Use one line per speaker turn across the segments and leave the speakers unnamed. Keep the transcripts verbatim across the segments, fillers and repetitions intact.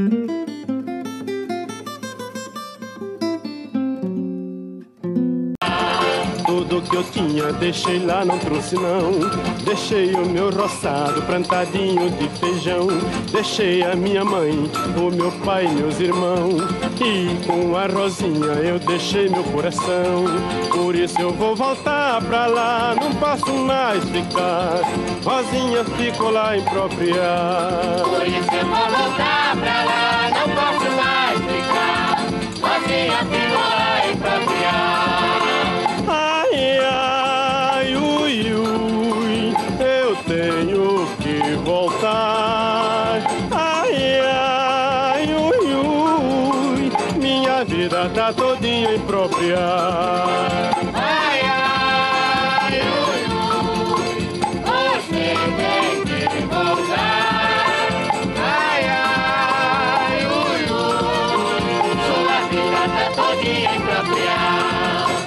Tudo que eu tinha deixei lá, não trouxe não. Deixei o meu roçado plantadinho de feijão. Deixei a minha mãe, o meu pai e meus irmãos. E com a Rosinha eu deixei meu coração. Por isso eu vou voltar pra lá, não posso mais ficar. Rosinha ficou lá impropriada.
Por isso eu vou voltar pra lá, não posso mais ficar. Rosinha ficou lá impropriada.
Ai, ai, ui, ui, eu tenho que voltar. Ai, ai, ui, ui, minha vida tá todinha impropriada.
Ai, ai, ui, ui, você tem que voltar. Ai, ai, ui, ui, sua vida tá todinha impropriada.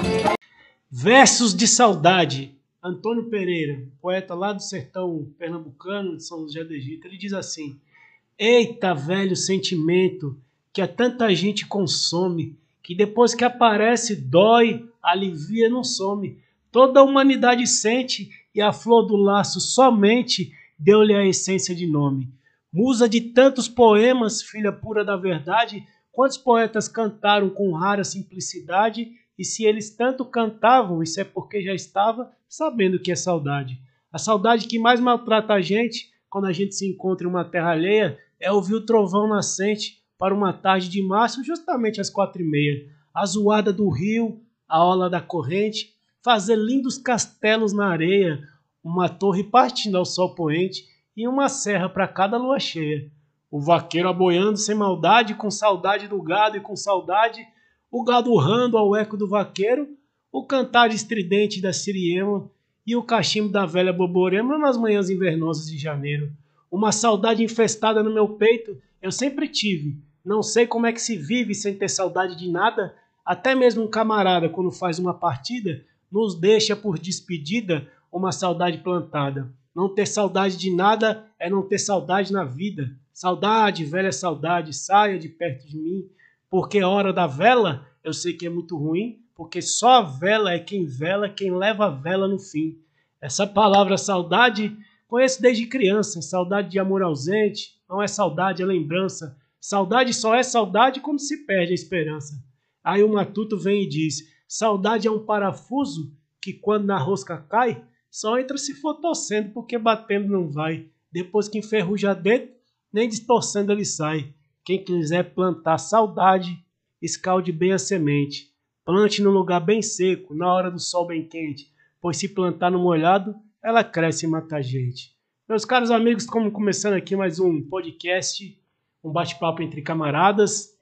Versos de Saudade, Antônio Pereira, poeta lá do sertão pernambucano de São José do Egito, ele diz assim: eita velho sentimento que a tanta gente consome, que depois que aparece dói, alivia, não some. Toda a humanidade sente e a flor do laço somente deu-lhe a essência de nome. Musa de tantos poemas, filha pura da verdade, quantos poetas cantaram com rara simplicidade. E se eles tanto cantavam, isso é porque já estava sabendo que é saudade. A saudade que mais maltrata a gente, quando a gente se encontra em uma terra alheia, é ouvir o trovão nascente para uma tarde de março, justamente às quatro e meia. A zoada do rio, a ola da corrente, fazer lindos castelos na areia, uma torre partindo ao sol poente e uma serra para cada lua cheia. O vaqueiro aboiando sem maldade, com saudade do gado e com saudade o gado urrando ao eco do vaqueiro, o cantar estridente da siriema e o cachimbo da velha boborema nas manhãs invernosas de janeiro. Uma saudade infestada no meu peito eu sempre tive. Não sei como é que se vive sem ter saudade de nada. Até mesmo um camarada, quando faz uma partida, nos deixa por despedida uma saudade plantada. Não ter saudade de nada é não ter saudade na vida. Saudade, velha saudade, saia de perto de mim. Porque a hora da vela, eu sei que é muito ruim, porque só a vela é quem vela, quem leva a vela no fim. Essa palavra saudade, conheço desde criança. Saudade de amor ausente, não é saudade, é lembrança. Saudade só é saudade quando se perde a esperança. Aí o matuto vem e diz, saudade é um parafuso que quando na rosca cai, só entra se for torcendo, porque batendo não vai. Depois que enferruja dentro, nem distorcendo ele sai. Quem quiser plantar saudade, escalde bem a semente. Plante num lugar bem seco, na hora do sol bem quente, pois se plantar no molhado, ela cresce e mata a gente. Meus caros amigos, estamos começando aqui mais um podcast, um bate-papo entre camaradas.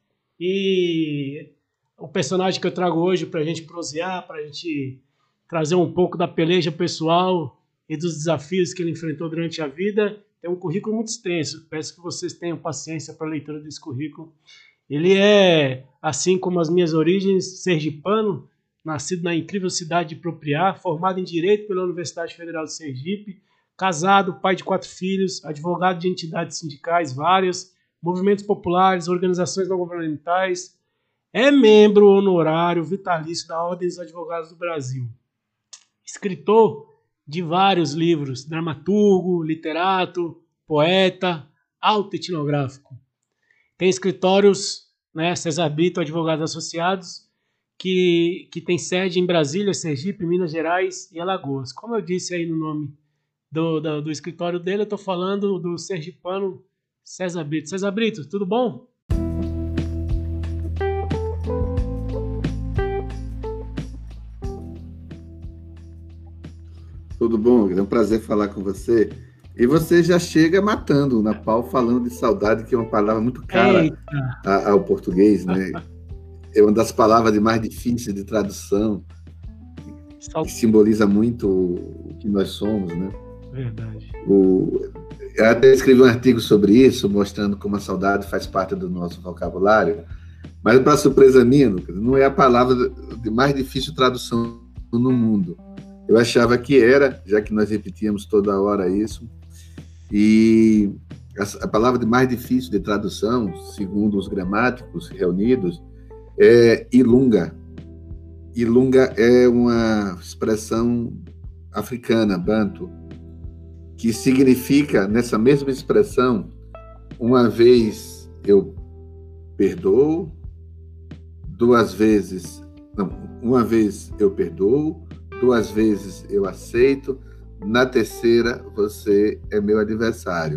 E o personagem que eu trago hoje para a gente prosear, para a gente trazer um pouco da peleja pessoal e dos desafios que ele enfrentou durante a vida, tem um currículo muito extenso. Peço que vocês tenham paciência para a leitura desse currículo. Ele é, assim como as minhas origens, sergipano, nascido na incrível cidade de Propriá, formado em Direito pela Universidade Federal de Sergipe, casado, pai de quatro filhos, advogado de entidades sindicais várias, movimentos populares, organizações não governamentais, é membro honorário vitalício da Ordem dos Advogados do Brasil. Escritor de vários livros, dramaturgo, literato, poeta, autoetnográfico. Tem escritórios, né, César Brito, Advogados Associados, que, que tem sede em Brasília, Sergipe, Minas Gerais e Alagoas. Como eu disse aí no nome do, do, do escritório dele, eu estou falando do sergipano César Brito. César Brito, tudo bom?
Tudo bom? É um prazer falar com você. E você já chega matando na pau, falando de saudade, que é uma palavra muito cara a, ao português, né? É uma das palavras mais difíceis de tradução, que simboliza muito o que nós somos, né?
Verdade.
O, eu até escrevi um artigo sobre isso, mostrando como a saudade faz parte do nosso vocabulário, mas, para surpresa minha, Lucas, não é a palavra de mais difícil tradução no mundo. Eu achava que era, já que nós repetíamos toda hora isso. E a, a palavra mais difícil de tradução, segundo os gramáticos reunidos, é ilunga. Ilunga é uma expressão africana, banto, que significa, nessa mesma expressão, uma vez eu perdoo, duas vezes, não, uma vez eu perdoo, duas vezes eu aceito, na terceira você é meu adversário.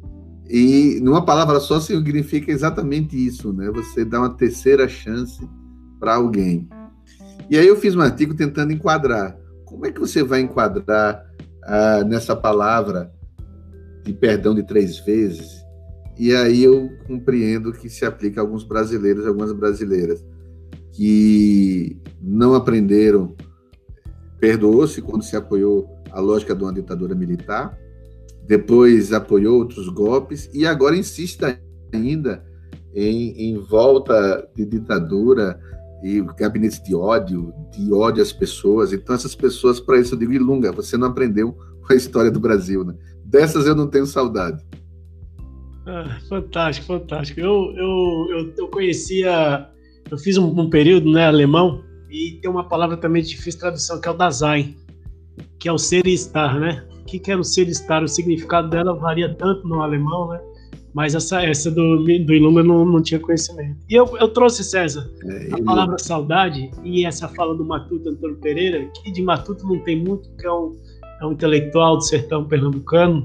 E numa palavra só significa exatamente isso, né? Você dá uma terceira chance para alguém. E aí eu fiz um artigo tentando enquadrar. Como é que você vai enquadrar ah, nessa palavra de perdão de três vezes? E aí eu compreendo que se aplica a alguns brasileiros e algumas brasileiras que não aprenderam, perdoou-se quando se apoiou a lógica de uma ditadura militar, depois apoiou outros golpes e agora insiste ainda em, em volta de ditadura e gabinetes de ódio, de ódio às pessoas. Então essas pessoas, para isso eu digo, ilunga, você não aprendeu com a história do Brasil, né? Dessas eu não tenho saudade.
Ah, fantástico, fantástico. Eu, eu, eu, eu conhecia, eu fiz um, um período, né, alemão, e tem uma palavra também de difícil tradução, que é o Dasein, que é o ser e estar, né? O que, que é o ser e estar? O significado dela varia tanto no alemão, né? Mas essa, essa do, do Ilunga eu não, não tinha conhecimento. E eu, eu trouxe, César, é, a palavra eu... saudade e essa fala do Matuto Antônio Pereira, que de Matuto não tem muito, que é um, é um intelectual do sertão pernambucano,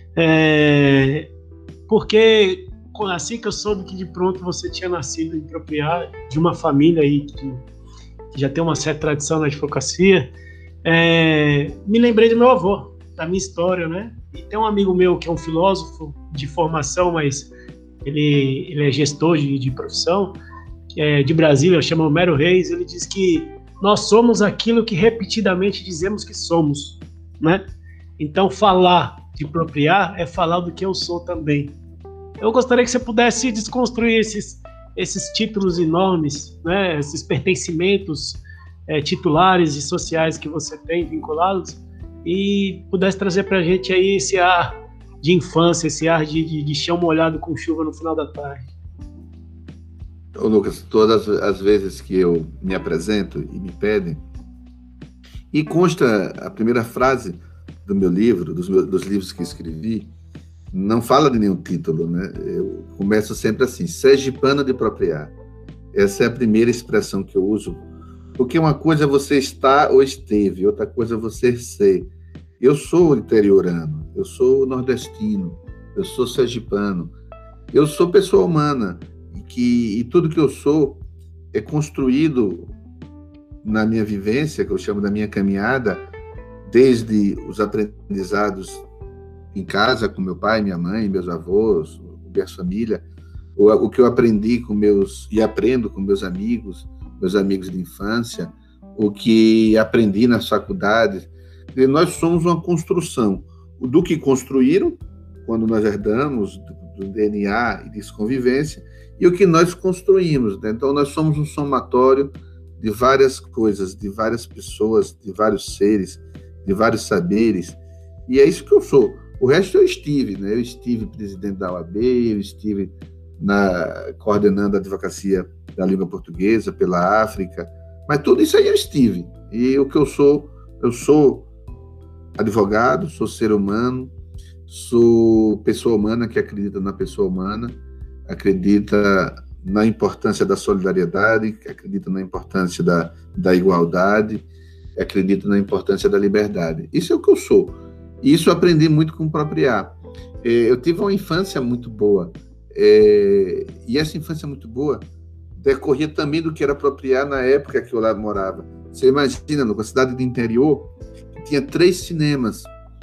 é, porque assim que eu soube que de pronto você tinha nascido em Propriá, de uma família aí que, que já tem uma certa tradição na advocacia, é, me lembrei do meu avô, da minha história, né? E tem um amigo meu que é um filósofo de formação, mas ele, ele é gestor de, de profissão, que é de Brasília, chama Homero Reis. Ele diz que nós somos aquilo que repetidamente dizemos que somos, né? Então, falar de Propriá é falar do que eu sou também. Eu gostaria que você pudesse desconstruir esses, esses títulos enormes, né? Esses pertencimentos é, titulares e sociais que você tem vinculados, e pudesse trazer para a gente aí esse ar de infância, esse ar de, de, de chão molhado com chuva no final da tarde.
Ô Lucas, todas as vezes que eu me apresento e me pedem, e consta a primeira frase do meu livro, dos, meus, dos livros que escrevi, não fala de nenhum título, né? Eu começo sempre assim, Sergipano de Propriá. Essa é a primeira expressão que eu uso, porque uma coisa é você estar ou esteve, outra coisa é você ser. Eu sou interiorano, eu sou nordestino, eu sou sergipano, eu sou pessoa humana, e, que, e tudo que eu sou é construído na minha vivência, que eu chamo da minha caminhada, desde os aprendizados em casa, com meu pai, minha mãe, meus avós, minha família, o, o que eu aprendi com meus, e aprendo com meus amigos, meus amigos de infância, o que aprendi nas faculdades. E nós somos uma construção do que construíram, quando nós herdamos do, do D N A e de convivência, e o que nós construímos, né? Então, nós somos um somatório de várias coisas, de várias pessoas, de vários seres, de vários saberes, e é isso que eu sou. O resto eu estive, né? Eu estive presidente da O A B, eu estive na, coordenando a advocacia da língua portuguesa pela África, mas tudo isso aí eu estive. E o que eu sou, eu sou advogado, sou ser humano, sou pessoa humana que acredita na pessoa humana, acredita na importância da solidariedade, acredita na importância da, da igualdade, acredita na importância da liberdade. Isso é o que eu sou. E isso eu aprendi muito com o Propriá. Eu tive uma infância muito boa. É, e essa infância muito boa decorria também do que era Propriá na época que eu lá morava. Você imagina, numa cidade do interior, tinha três cinemas.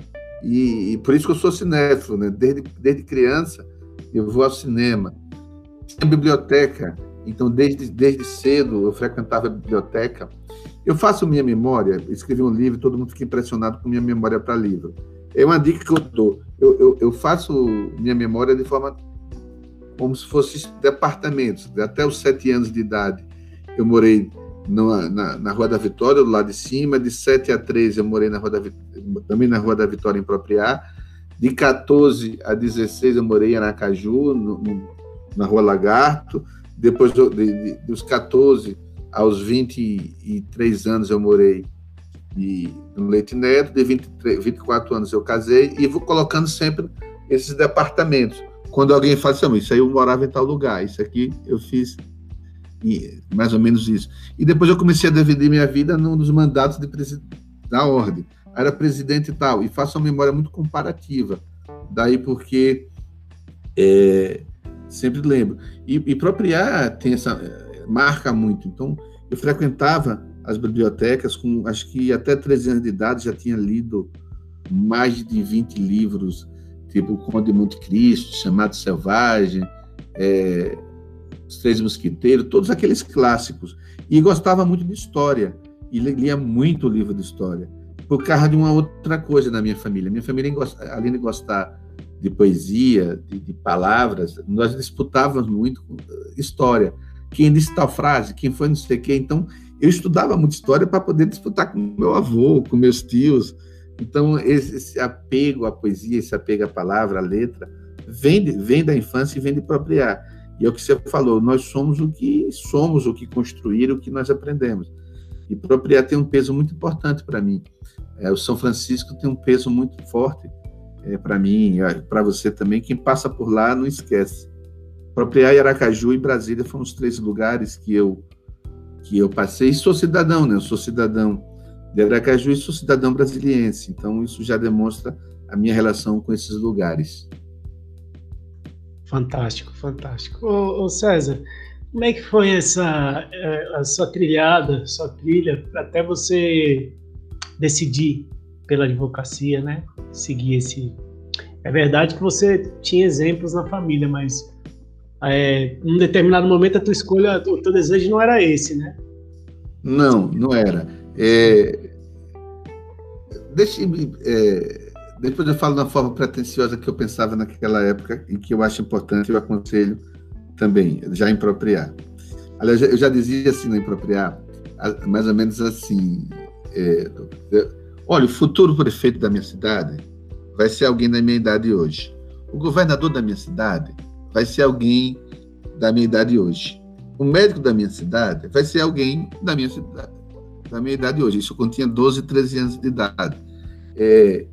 E, e por isso que eu sou cinéfilo, né? Desde, desde criança eu vou ao cinema. Tinha biblioteca, então desde, desde cedo eu frequentava a biblioteca. Eu faço minha memória, escrevi um livro, todo mundo fica impressionado com minha memória para livro. É uma dica que eu dou. Eu, eu, eu faço minha memória de forma como se fosse departamentos. Até os sete anos de idade eu morei na, na, na Rua da Vitória, do lado de cima. De sete a treze eu morei na Rua da, também na Rua da Vitória, em Propriá. De quatorze a dezesseis eu morei em Aracaju, no, no, na Rua Lagarto. Depois de, de, dos quatorze aos vinte e três anos eu morei e, no Leite Neto. De vinte e três, vinte e quatro anos eu casei e vou colocando sempre esses departamentos. Quando alguém fala assim, isso aí eu morava em tal lugar, isso aqui eu fiz e, mais ou menos isso. E depois eu comecei a dividir minha vida num dos mandatos de presidente da ordem. Era presidente e tal, e faço uma memória muito comparativa, daí porque é, sempre lembro. E, e Propriar tem essa, marca muito, então eu frequentava as bibliotecas com, acho que até treze anos de idade já tinha lido mais de vinte livros, tipo O Conde de Monte Cristo, Chamado Selvagem, é, Os Três Mosquiteiros, todos aqueles clássicos, e gostava muito de história, e lia muito livro de história, por causa de uma outra coisa na minha família. Minha família, além de gostar de poesia, de, de palavras, nós disputávamos muito história. Quem disse tal frase, quem foi não sei o quê. Então, eu estudava muito história para poder disputar com meu avô, com meus tios. Então, esse, esse apego à poesia, esse apego à palavra, à letra, vem, de, vem da infância e vem de Propriar. E é o que você falou, nós somos o que somos, o que construíram, o que nós aprendemos. E Propriar tem um peso muito importante para mim. É, o São Francisco tem um peso muito forte é, para mim, para você também. Quem passa por lá não esquece. Propriar, Aracaju e Brasília foram os três lugares que eu, que eu passei. E sou cidadão, né? Eu sou cidadão de Aracaju e sou cidadão brasiliense. Então, isso já demonstra a minha relação com esses lugares.
Fantástico, fantástico. Ô, ô César, como é que foi essa a sua trilhada, sua trilha, até você decidir pela advocacia, né? Seguir esse... É verdade que você tinha exemplos na família, mas é, em um determinado momento a tua escolha, o teu desejo não era esse, né?
Não, não era. É... Deixa, é... Depois eu falo de uma forma pretensiosa que eu pensava naquela época e que eu acho importante, eu aconselho também, já em Propriar. Aliás, eu já dizia assim no Propriar, mais ou menos assim, é, olha, o futuro prefeito da minha cidade vai ser alguém da minha idade hoje. O governador da minha cidade vai ser alguém da minha idade hoje. O médico da minha cidade vai ser alguém da minha cidade, da minha idade hoje. Isso quando tinha doze, treze anos de idade. É,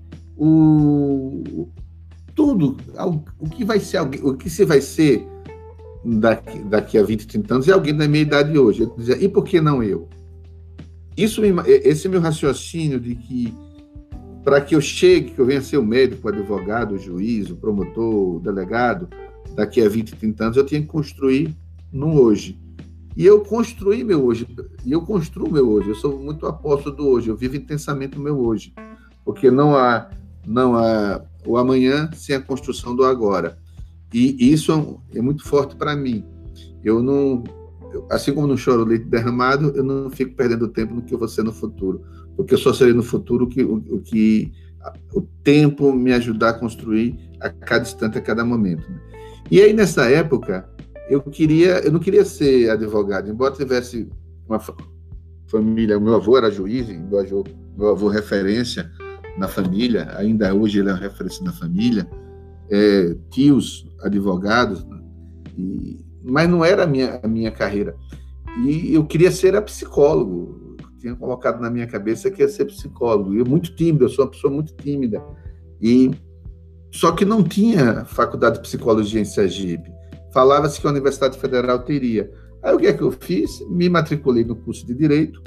o, tudo, o que vai ser alguém, o que se vai ser Daqui, daqui a vinte, trinta anos, é alguém da minha idade hoje. Eu dizia, e por que não eu? Isso, esse meu raciocínio de que, para que eu chegue, que eu venha ser o médico, o advogado, o juiz, o promotor, o delegado, daqui a vinte, trinta anos, eu tinha que construir no hoje. E eu construí meu hoje, e eu construo meu hoje. Eu sou muito apóstolo do hoje, eu vivo intensamente o meu hoje. Porque não há, não há o amanhã sem a construção do agora. E isso é muito forte para mim. Eu não, assim como não choro leite derramado, eu não fico perdendo tempo no que eu vou ser no futuro, porque eu só serei no futuro o que o, o que o tempo me ajudar a construir a cada instante, a cada momento. E aí nessa época eu queria, eu não queria ser advogado, embora tivesse uma família. Meu avô era juiz, meu avô, meu avô referência na família, ainda hoje ele é uma referência na família. É, tios advogados, e, mas não era a minha, a minha carreira. E eu queria ser a psicólogo, tinha colocado na minha cabeça que ia ser psicólogo. Eu muito tímido, eu sou uma pessoa muito tímida. E, só que não tinha faculdade de psicologia em Sergipe. Falava-se que a Universidade Federal teria. Aí o que é que eu fiz? Me matriculei no curso de Direito,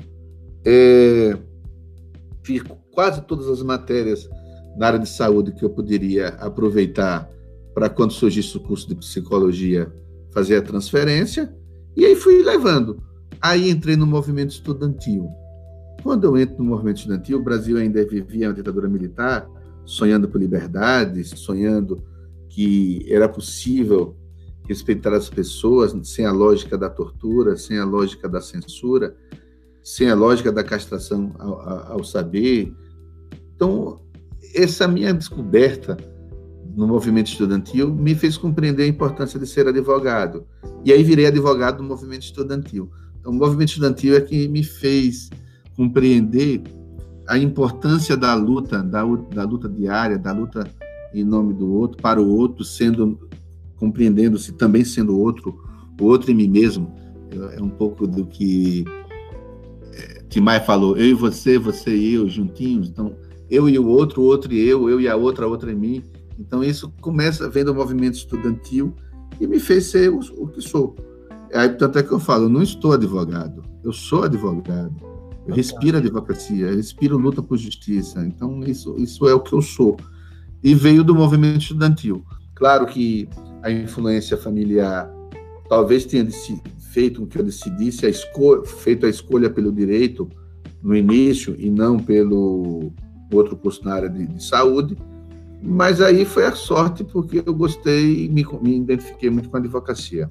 é, fiz quase todas as matérias na área de saúde que eu poderia aproveitar para, quando surgisse o curso de psicologia, fazer a transferência, e aí fui levando. Aí entrei no movimento estudantil. Quando eu entro no movimento estudantil, o Brasil ainda vivia uma ditadura militar, sonhando por liberdade, sonhando que era possível respeitar as pessoas sem a lógica da tortura, sem a lógica da censura, sem a lógica da castração ao, ao saber. Então, essa minha descoberta no movimento estudantil me fez compreender a importância de ser advogado. E aí virei advogado do movimento estudantil. Então, o movimento estudantil é que me fez compreender a importância da luta, da, da luta diária, da luta em nome do outro, para o outro, sendo, compreendendo-se também sendo outro, o outro em mim mesmo. É um pouco do que é, Timaya falou, eu e você, você e eu, juntinhos. Então, eu e o outro, o outro e eu, eu e a outra, a outra em mim. Então, isso começa vendo o movimento estudantil e me fez ser o, o que sou. Aí, tanto é que eu falo, eu não estou advogado, eu sou advogado. Eu respiro advocacia, eu respiro luta por justiça. Então, isso, isso é o que eu sou. E veio do movimento estudantil. Claro que a influência familiar talvez tenha feito com que eu decidisse, a escolha, feito a escolha pelo direito no início e não pelo outro curso na área de, de saúde, mas aí foi a sorte, porque eu gostei e me, me identifiquei muito com a advocacia.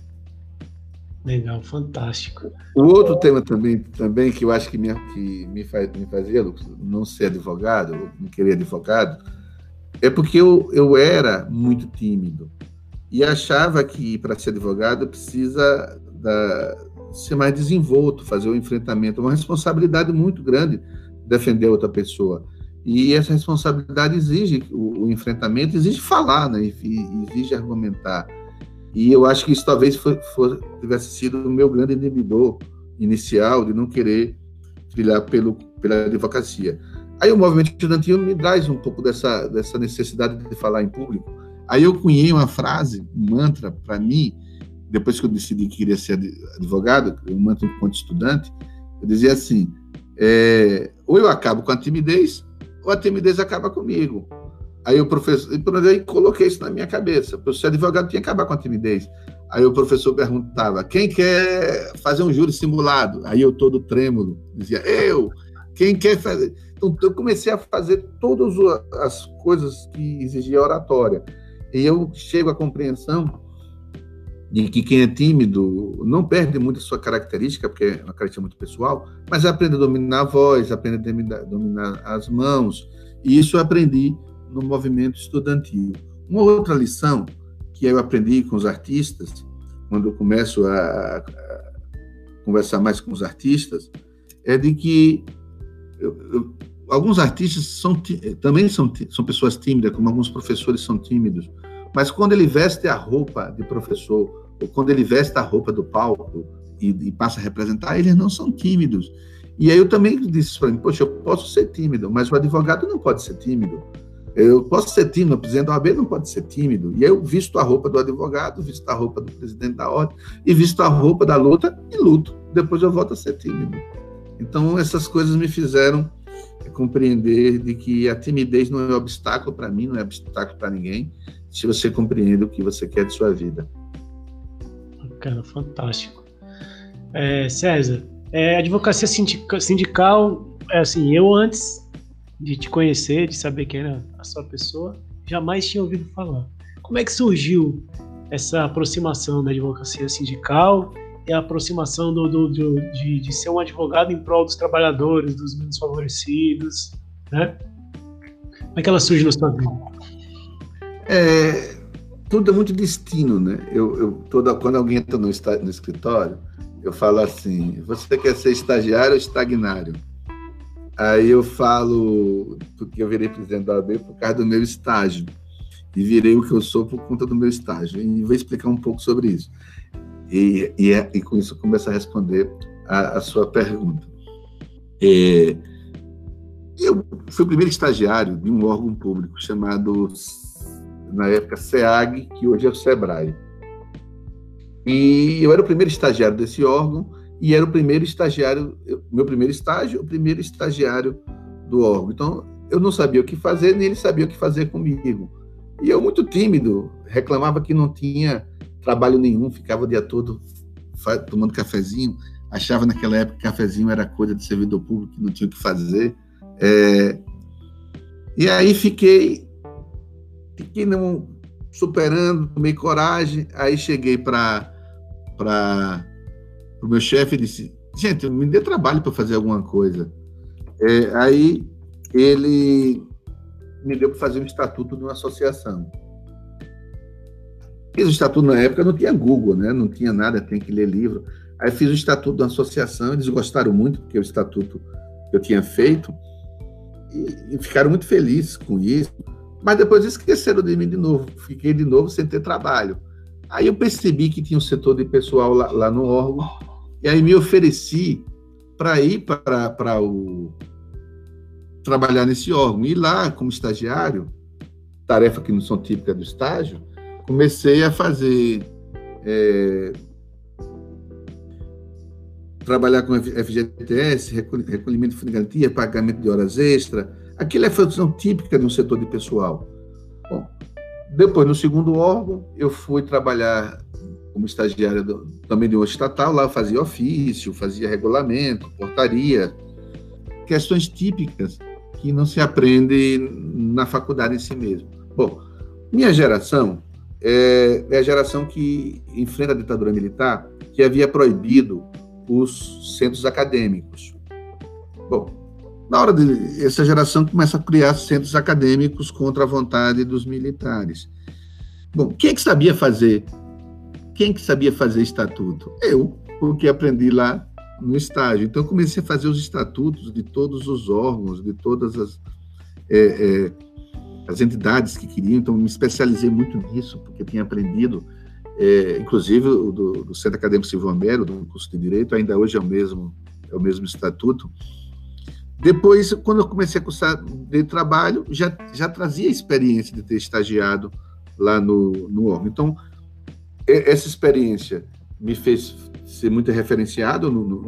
Legal, fantástico.
O outro tema também, também que eu acho que me, que me, faz, me fazia, Lucas, não ser advogado, não querer advogado, é porque eu, eu era muito tímido e achava que para ser advogado precisa da, ser mais desenvolto, fazer o enfrentamento, uma responsabilidade muito grande defender outra pessoa. E essa responsabilidade exige o, o enfrentamento, exige falar, né? Exige argumentar. E eu acho que isso talvez for, for, tivesse sido o meu grande inibidor inicial de não querer trilhar pelo, pela advocacia. Aí o movimento estudantil me traz um pouco dessa, dessa necessidade de falar em público. Aí eu cunhei uma frase, um mantra para mim, depois que eu decidi que queria ser advogado, um mantra enquanto estudante, eu dizia assim, é, ou eu acabo com a timidez, ou a timidez acaba comigo. Aí o professor, e coloquei isso na minha cabeça. Para ser advogado tinha que acabar com a timidez. Aí o professor perguntava, quem quer fazer um júri simulado? Aí eu todo trêmulo, dizia, eu! Quem quer fazer? Então eu comecei a fazer todas as coisas que exigiam oratória. E eu chego à compreensão de que quem é tímido não perde muito a sua característica, porque é uma característica muito pessoal, mas aprende a dominar a voz, aprende a dominar, dominar as mãos. E isso eu aprendi no movimento estudantil. Uma outra lição que eu aprendi com os artistas, quando eu começo a, a conversar mais com os artistas, é de que eu, eu, alguns artistas são, também são, são pessoas tímidas, como alguns professores são tímidos, mas quando ele veste a roupa de professor, ou quando ele veste a roupa do palco e, e passa a representar, eles não são tímidos. E aí eu também disse para mim, poxa, eu posso ser tímido, mas o advogado não pode ser tímido. Eu posso ser tímido, o presidente da O A B não pode ser tímido. E aí eu visto a roupa do advogado, visto a roupa do presidente da ordem, e visto a roupa da luta e luto. Depois eu volto a ser tímido. Então, essas coisas me fizeram compreender de que a timidez não é obstáculo para mim, não é obstáculo para ninguém, se você compreende o que você quer de sua vida.
Bacana, fantástico. É, César, é, advocacia sindical, sindical, é assim, eu antes de te conhecer, de saber quem era a sua pessoa, jamais tinha ouvido falar. Como é que surgiu essa aproximação da advocacia sindical e a aproximação do, do, do, de, de ser um advogado em prol dos trabalhadores, dos menos favorecidos, né? Como é que ela surge na sua vida?
É, tudo é muito destino, né? Eu, eu, toda, quando alguém entra no, no escritório, eu falo assim, você quer ser estagiário ou estagnário? Aí eu falo, porque eu virei presidente da O A B por causa do meu estágio, e virei o que eu sou por conta do meu estágio, e vou explicar um pouco sobre isso. E, e, e com isso eu começo a responder a, a sua pergunta. É, eu fui o primeiro estagiário de um órgão público chamado, na época, SEAG, que hoje é o SEBRAE. E eu era o primeiro estagiário desse órgão, e era o primeiro estagiário, meu primeiro estágio, o primeiro estagiário do órgão. Então, eu não sabia o que fazer, nem ele sabia o que fazer comigo. E eu, muito tímido, reclamava que não tinha trabalho nenhum, ficava o dia todo tomando cafezinho, achava naquela época que cafezinho era coisa de servidor público, que não tinha o que fazer. É... E aí fiquei, fiquei não, superando, tomei coragem, aí cheguei para para o meu chefe e disse, gente, me dê trabalho para fazer alguma coisa. É, aí ele me deu para fazer um estatuto de uma associação. Fiz o estatuto na época, não tinha Google, né? Não tinha nada, tem que ler livro. Aí fiz o estatuto da associação, eles gostaram muito, porque o estatuto que eu tinha feito, e, e ficaram muito felizes com isso. Mas depois esqueceram de mim de novo, fiquei de novo sem ter trabalho. Aí eu percebi que tinha um setor de pessoal lá, lá no órgão, e aí me ofereci para ir para o trabalhar nesse órgão. E lá, como estagiário, tarefa que não são típicas do estágio, comecei a fazer, é, trabalhar com F G T S, recolhimento de fundo de garantia, pagamento de horas extras. Aquilo é função típica de um setor de pessoal. Bom, depois, no segundo órgão, eu fui trabalhar como estagiário do, também de uma estatal. Lá eu fazia ofício, fazia regulamento, portaria, questões típicas que não se aprende na faculdade em si mesmo. Bom, minha geração é, é a geração que enfrenta a ditadura militar, que havia proibido os centros acadêmicos. Bom, na hora de essa geração começa a criar centros acadêmicos contra a vontade dos militares. Bom, quem é que sabia fazer? Quem que sabia fazer estatuto? Eu, porque aprendi lá no estágio. Então, eu comecei a fazer os estatutos de todos os órgãos, de todas as, é, é, as entidades que queriam. Então, me especializei muito nisso, porque eu tinha aprendido, é, inclusive, o do, do Centro Acadêmico Silvio Romero, do curso de Direito, ainda hoje é o mesmo, é o mesmo estatuto. Depois, quando eu comecei a cursar de trabalho, já, já trazia a experiência de ter estagiado lá no, no órgão. Então, essa experiência me fez ser muito referenciado no, no,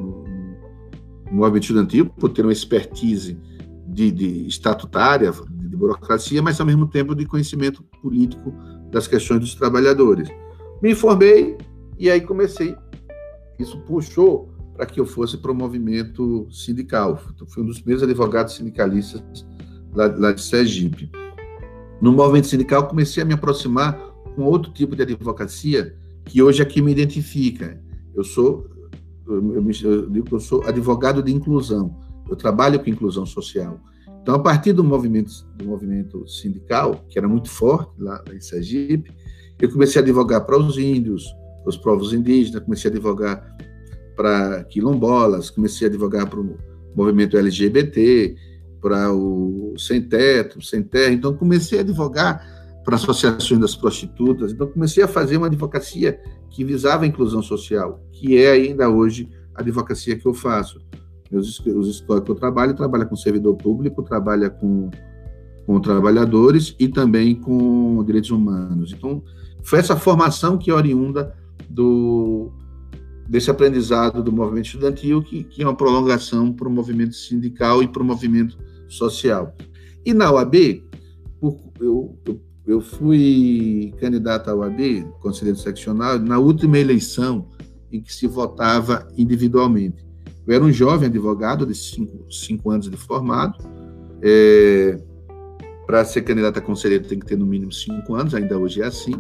no movimento estudantil, por ter uma expertise de, de estatutária, de, de burocracia, mas, ao mesmo tempo, de conhecimento político das questões dos trabalhadores. Me formei e aí comecei. Isso puxou para que eu fosse para o movimento sindical. Fui um dos primeiros advogados sindicalistas lá, lá de Sergipe. No movimento sindical, comecei a me aproximar com outro tipo de advocacia que hoje aqui me identifica. Eu sou, eu, eu, eu digo que eu sou advogado de inclusão. Eu trabalho com inclusão social. Então, a partir do movimento, do movimento sindical, que era muito forte lá, lá em Sergipe, eu comecei a advogar para os índios, para os povos indígenas, comecei a advogar para quilombolas, comecei a advogar para o movimento L G B T, para o sem teto, sem terra. Então, comecei a advogar para associações das prostitutas. Então, comecei a fazer uma advocacia que visava a inclusão social, que é ainda hoje a advocacia que eu faço. Os, os escolas que eu trabalho, trabalho com servidor público, trabalho com, com trabalhadores e também com direitos humanos. Então, foi essa formação que é oriunda do, desse aprendizado do movimento estudantil, que, que é uma prolongação para o movimento sindical e para o movimento social. E na O A B, eu, eu, eu fui candidato à O A B, conselheiro seccional, na última eleição em que se votava individualmente. Eu era um jovem advogado de cinco, cinco anos de formado. É, para ser candidato a conselheiro tem que ter no mínimo cinco anos, ainda hoje é assim.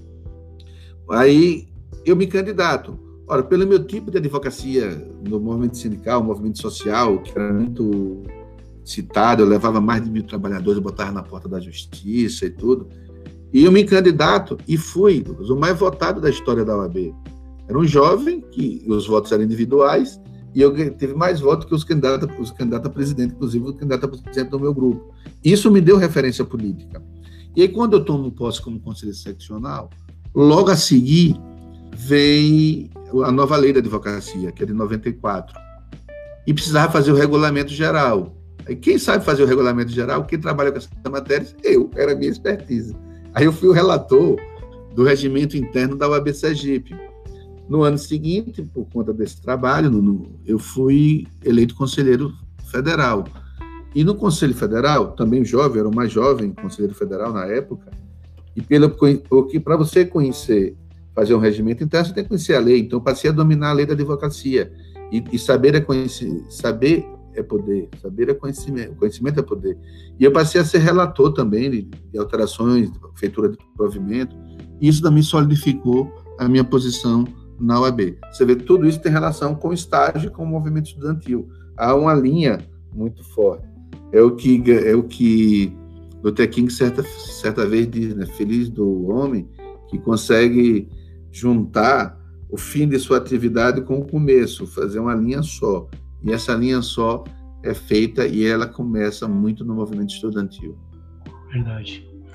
Aí eu me candidato. Ora, pelo meu tipo de advocacia no movimento sindical, movimento social, que era muito citado, eu levava mais de mil trabalhadores, eu botava na porta da justiça e tudo. E eu me candidato e fui o mais votado da história da O A B. Era um jovem, que os votos eram individuais, e eu tive mais votos que os candidatos, os candidatos a presidente, inclusive o candidato a presidente do meu grupo. Isso me deu referência política. E aí, quando eu tomo posse como conselheiro seccional, logo a seguir vem a nova lei da advocacia, que é de noventa e quatro. E precisava fazer o regulamento geral. Aí, quem sabe fazer o regulamento geral, quem trabalha com essa matéria, eu, era a minha expertise. Aí eu fui o relator do regimento interno da O A B Sergipe. No ano seguinte, por conta desse trabalho, no, no, eu fui eleito conselheiro federal. E no Conselho Federal, também jovem, era o mais jovem conselheiro federal na época, e pelo porque para você conhecer, fazer um regimento interno, você tem que conhecer a lei. Então, eu passei a dominar a lei da advocacia. E, e saber, é conhecer, saber é poder, saber é conhecimento, conhecimento é poder. E eu passei a ser relator também de, de alterações, de feitura de provimento, e isso também solidificou a minha posição na O A B. Você vê, tudo isso tem relação com o estágio e com o movimento estudantil. Há uma linha muito forte. É o que, é o que Luther King certa, certa vez diz, né? Feliz do homem que consegue juntar o fim de sua atividade com o começo, fazer uma linha só. E essa linha só é feita e ela começa muito no movimento estudantil.
Verdade.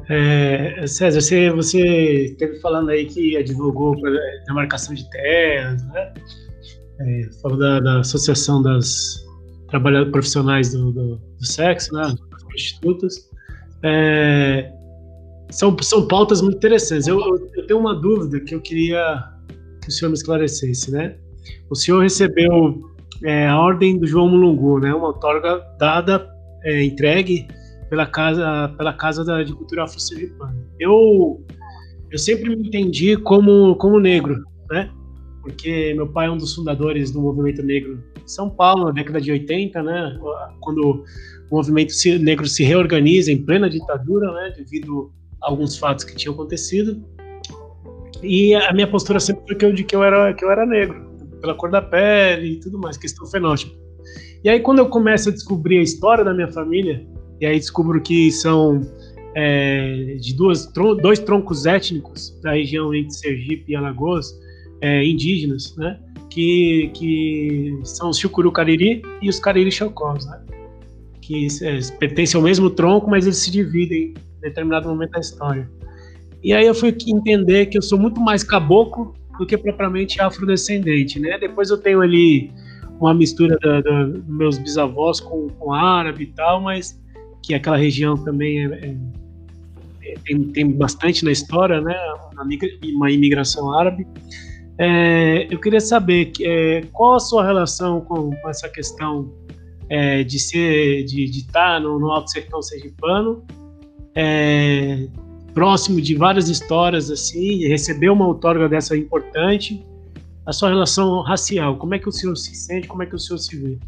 É, César, você, você esteve falando aí que advogou para a demarcação de terras, né? É, falou da, da Associação das Trabalhadores Profissionais do, do, do Sexo, né? As prostitutas. É, são, são pautas muito interessantes. Eu, eu, eu tenho uma dúvida que eu queria que o senhor me esclarecesse, né? O senhor recebeu é, a Ordem do João Mulungu, né? Uma outorga dada, é, entregue pela Casa, pela casa da, de Cultura Afro-Sergipana. Eu, eu sempre me entendi como, como negro, né? Porque meu pai é um dos fundadores do movimento negro em São Paulo, na década de oitenta, né? Quando o movimento negro se reorganiza em plena ditadura, né? Devido a alguns fatos que tinham acontecido. E a minha postura sempre foi que eu, de que eu era, que eu era negro, pela cor da pele e tudo mais, questão fenótipo. E aí, quando eu começo a descobrir a história da minha família, e aí descubro que são é, de duas, tron dois troncos étnicos da região entre Sergipe e Alagoas, é, indígenas, né, que, que são os Chucuru Cariri e os Cariri Chocós, né, que é, pertencem ao mesmo tronco, mas eles se dividem em determinado momento da história. E aí eu fui entender que eu sou muito mais caboclo do que propriamente afrodescendente, né? Depois eu tenho ali uma mistura da, da, dos meus bisavós com, com árabe e tal, mas que aquela região também é, é, tem, tem bastante na história, né? Uma, uma imigração árabe. É, eu queria saber é, qual a sua relação com, com essa questão é, de ser, de estar no, no Alto Sertão Sergipano, é, próximo de várias histórias assim, receber uma outorga dessa importante, a sua relação racial, como é que o senhor se sente, como é que o senhor se vê?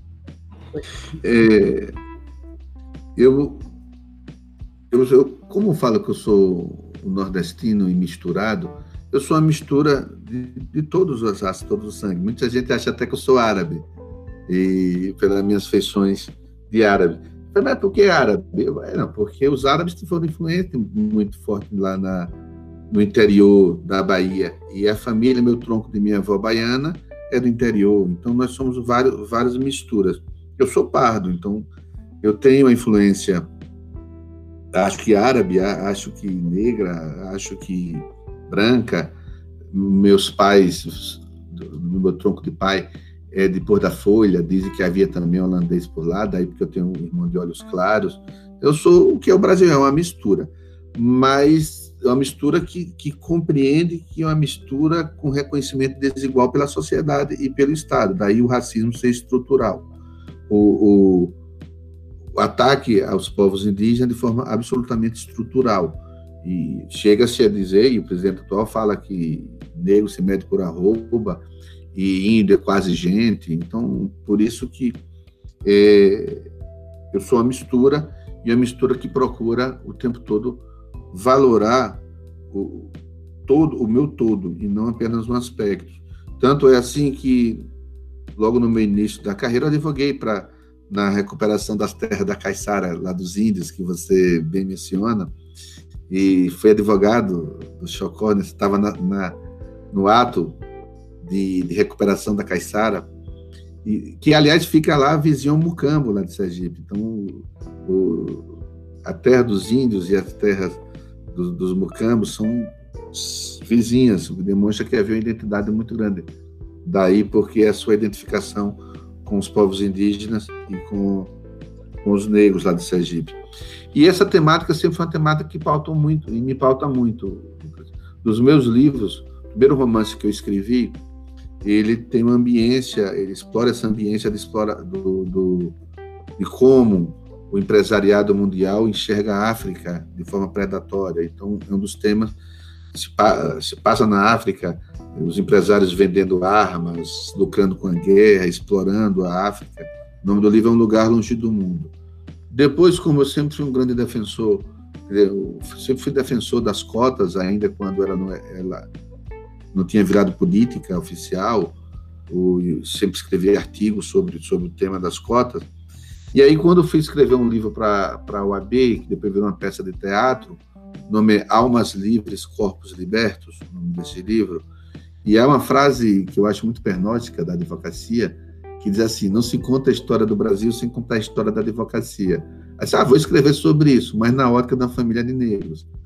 É, eu, eu, eu, como eu falo que eu sou nordestino e misturado, eu sou uma mistura de, de todos os raças, todos os sangues. Muita gente acha até que eu sou árabe, e pelas minhas feições de árabe. Mas por que árabe? Não, porque os árabes foram influentes muito forte lá na, no interior da Bahia. E a família, meu tronco de minha avó baiana, é do interior. Então, nós somos vários, várias misturas. Eu sou pardo, então eu tenho a influência, acho que árabe, acho que negra, acho que branca. Meus pais, do meu tronco de pai, é de Pôr da Folha, dizem que havia também holandês por lá, daí porque eu tenho um irmão de olhos claros. Eu sou o que é o Brasil, é uma mistura, mas é uma mistura que, que compreende que é uma mistura com reconhecimento desigual pela sociedade e pelo Estado, daí o racismo ser estrutural. O, o, o ataque aos povos indígenas de forma absolutamente estrutural, e chega-se a dizer, e o presidente atual fala que negro se mede por arroba, e índio é quase gente. Então, por isso que é, eu sou uma mistura, e uma mistura que procura o tempo todo valorar o, todo, o meu todo, e não apenas um aspecto. Tanto é assim que, logo no meu início da carreira, eu advoguei pra, na recuperação das terras da Caiçara, lá dos índios, que você bem menciona, e fui advogado do Chocó, né? Estava na, na, no ato De, de recuperação da Caiçara, e, que, aliás, fica lá a Visão Mucambo, lá de Sergipe. Então, o, o, a terra dos índios e as terras do, dos Mucambos são vizinhas, o que demonstra que havia uma identidade muito grande. Daí porque a sua identificação com os povos indígenas e com, com os negros lá de Sergipe. E essa temática sempre foi uma temática que pautou muito, e me pauta muito. Dos meus livros, o primeiro romance que eu escrevi, ele tem uma ambiência, ele explora essa ambiência de, explora, do, do, de como o empresariado mundial enxerga a África de forma predatória. Então, é um dos temas que se, se passa na África, os empresários vendendo armas, lucrando com a guerra, explorando a África. O nome do livro é Um Lugar Longe do Mundo. Depois, como eu sempre fui um grande defensor, eu sempre fui defensor das cotas, ainda quando ela não, ela não tinha virado política oficial, eu sempre escrevi artigos sobre, sobre o tema das cotas. E aí, quando eu fui escrever um livro para a O A B, que depois virou uma peça de teatro, o nome é Almas Livres, Corpos Libertos, o nome desse livro, e é uma frase que eu acho muito pernótica da advocacia, que diz assim: não se conta a história do Brasil sem contar a história da advocacia. Aí, ah, vou escrever sobre isso, mas na ótica da família de negros.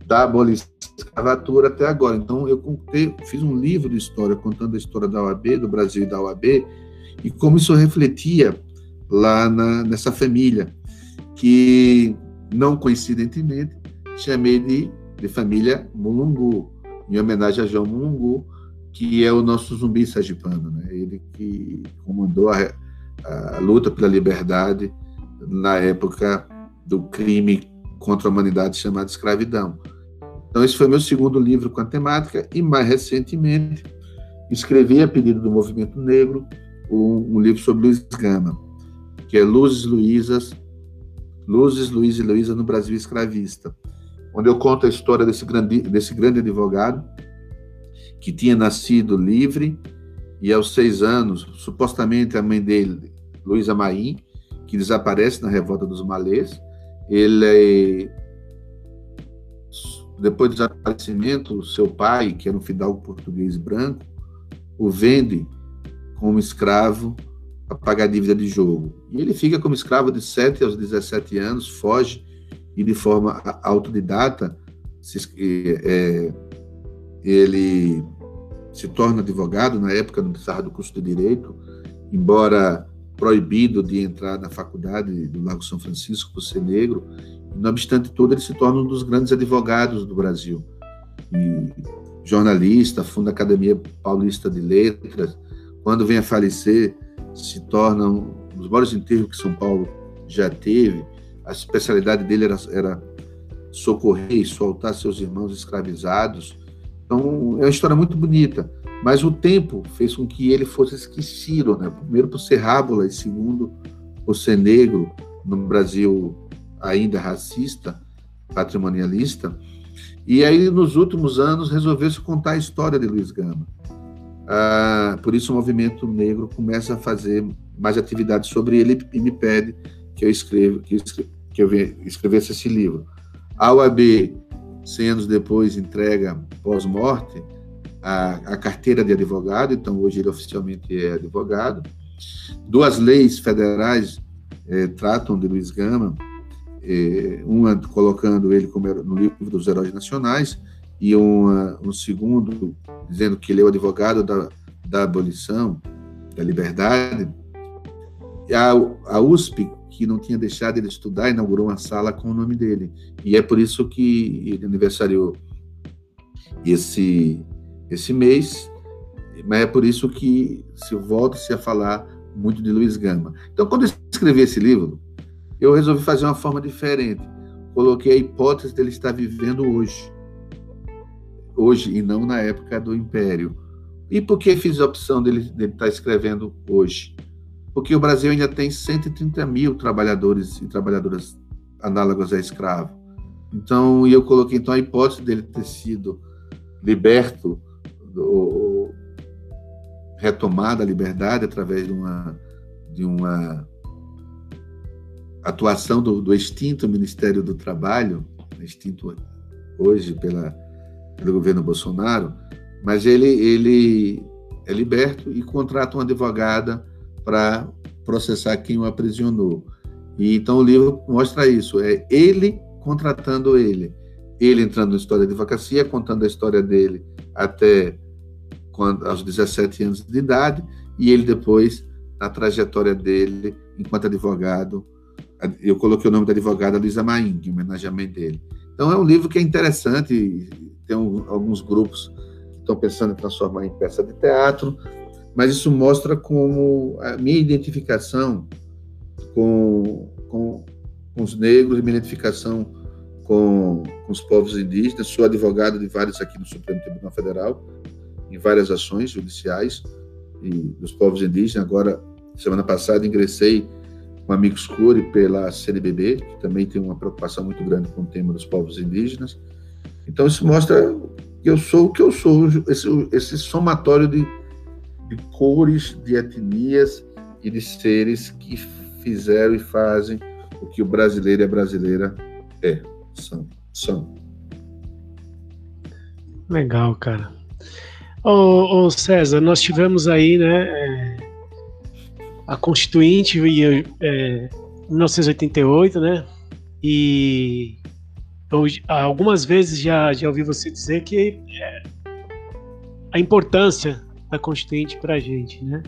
da abolição da escravatura até agora. Então, eu contei, fiz um livro de história contando a história da O A B, do Brasil e da O A B, e como isso refletia lá na, nessa família, que, não coincidentemente, chamei de, de família Mulungu, em homenagem a João Mulungu, que é o nosso zumbi sergipano, né? Ele que comandou a, a luta pela liberdade na época do crime contra a humanidade chamado escravidão. Então, esse foi meu segundo livro com a temática, e mais recentemente escrevi, a pedido do movimento negro, um, um livro sobre Luiz Gama, que é Luzes, Luizas, Luzes, Luiz e Luísa no Brasil Escravista, onde eu conto a história desse grande, desse grande advogado que tinha nascido livre, e aos seis anos, supostamente a mãe dele, Luísa Maim, que desaparece na revolta dos malês, ele, depois do desaparecimento, seu pai, que era um fidalgo português branco, o vende como escravo para pagar a dívida de jogo. E ele fica como escravo de sete aos dezessete anos, foge, e de forma autodidata, se, é, ele se torna advogado. Na época não precisava do curso de Direito, embora proibido de entrar na faculdade do Lago São Francisco por ser negro. Não obstante tudo, ele se torna um dos grandes advogados do Brasil. E jornalista, funda a Academia Paulista de Letras. Quando vem a falecer, se torna um dos maiores enterros que São Paulo já teve. A especialidade dele era, era socorrer e soltar seus irmãos escravizados. Então, é uma história muito bonita. Mas o tempo fez com que ele fosse esquecido, né? Primeiro por ser rábula e segundo por ser negro, no Brasil ainda racista, patrimonialista. E aí, nos últimos anos, resolveu-se contar a história de Luiz Gama. Ah, por isso o movimento negro começa a fazer mais atividades sobre ele e me pede que eu, escreva, que, que eu escrevesse esse livro. A O A B, cem anos depois, entrega, pós-morte, A, a carteira de advogado, então hoje ele oficialmente é advogado. Duas leis federais eh, tratam de Luiz Gama, eh, uma colocando ele como no livro dos heróis nacionais, e uma, um segundo dizendo que ele é o advogado da, da abolição, da liberdade. E a, a U S P, que não tinha deixado ele estudar, inaugurou uma sala com o nome dele, e é por isso que ele aniversariou esse esse mês, mas é por isso que se volta-se a falar muito de Luiz Gama. Então, quando eu escrevi esse livro, eu resolvi fazer uma forma diferente. Coloquei a hipótese dele estar vivendo hoje. Hoje, e não na época do Império. E por que fiz a opção dele, dele estar escrevendo hoje? Porque o Brasil ainda tem cento e trinta mil trabalhadores e trabalhadoras análogas a escravo. Então, eu coloquei então a hipótese dele ter sido liberto, do, retomada a liberdade através de uma, de uma atuação do, do extinto Ministério do Trabalho, extinto hoje pela, pelo governo Bolsonaro, mas ele, ele é liberto e contrata uma advogada para processar quem o aprisionou. E então o livro mostra isso, é ele contratando ele, ele entrando na história da advocacia, contando a história dele até quando, aos dezessete anos de idade, e ele depois, na trajetória dele, enquanto advogado. Eu coloquei o nome da advogada Luísa Maim, em homenagem à mãe dele. Então é um livro que é interessante, tem um, alguns grupos que estão pensando em transformar em peça de teatro, mas isso mostra como a minha identificação com, com, com os negros, minha identificação com, com os povos indígenas. Sou advogado de vários aqui no Supremo Tribunal Federal, em várias ações judiciais e dos povos indígenas. Agora, semana passada, ingressei com Amigos Curi pela C N B B, que também tem uma preocupação muito grande com o tema dos povos indígenas. Então, isso mostra que eu sou o que eu sou, esse, esse somatório de, de cores, de etnias e de seres que fizeram e fazem o que o brasileiro e a brasileira é, são. são.
Legal, cara. Ô, ô César, nós tivemos aí, né, é, a Constituinte em é, mil novecentos e oitenta e oito, né, e Eu, algumas vezes já, já ouvi você dizer que é, a importância da Constituinte para a gente, né?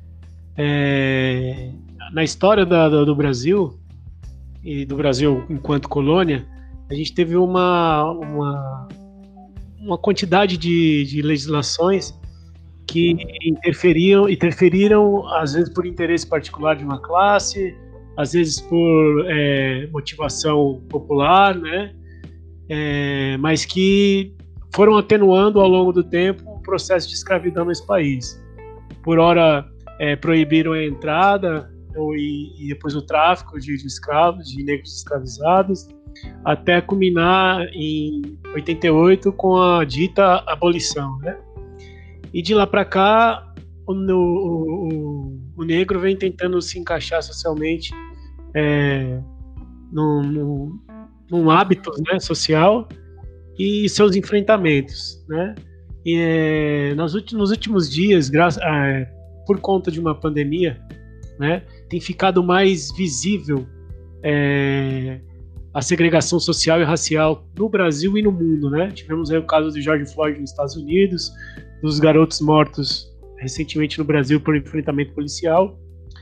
É, na história da, do, do Brasil, e do Brasil enquanto colônia, a gente teve uma, uma, uma quantidade de, de legislações que interferiam, interferiram, às vezes por interesse particular de uma classe, às vezes por é, motivação popular, né? É, mas que foram atenuando ao longo do tempo o processo de escravidão nesse país. Por ora, é, proibiram a entrada ou, e, e depois o tráfico de, de escravos, de negros escravizados, até culminar em oitenta e oito com a dita abolição, né? E de lá para cá, o, o, o negro vem tentando se encaixar socialmente é, num, num, num hábito, né, social e seus enfrentamentos, né? E, é, nos, últimos, nos últimos dias, graças, é, por conta de uma pandemia, né, tem ficado mais visível é, a segregação social e racial no Brasil e no mundo, né? Tivemos aí o caso de George Floyd nos Estados Unidos, dos garotos mortos recentemente no Brasil por enfrentamento policial.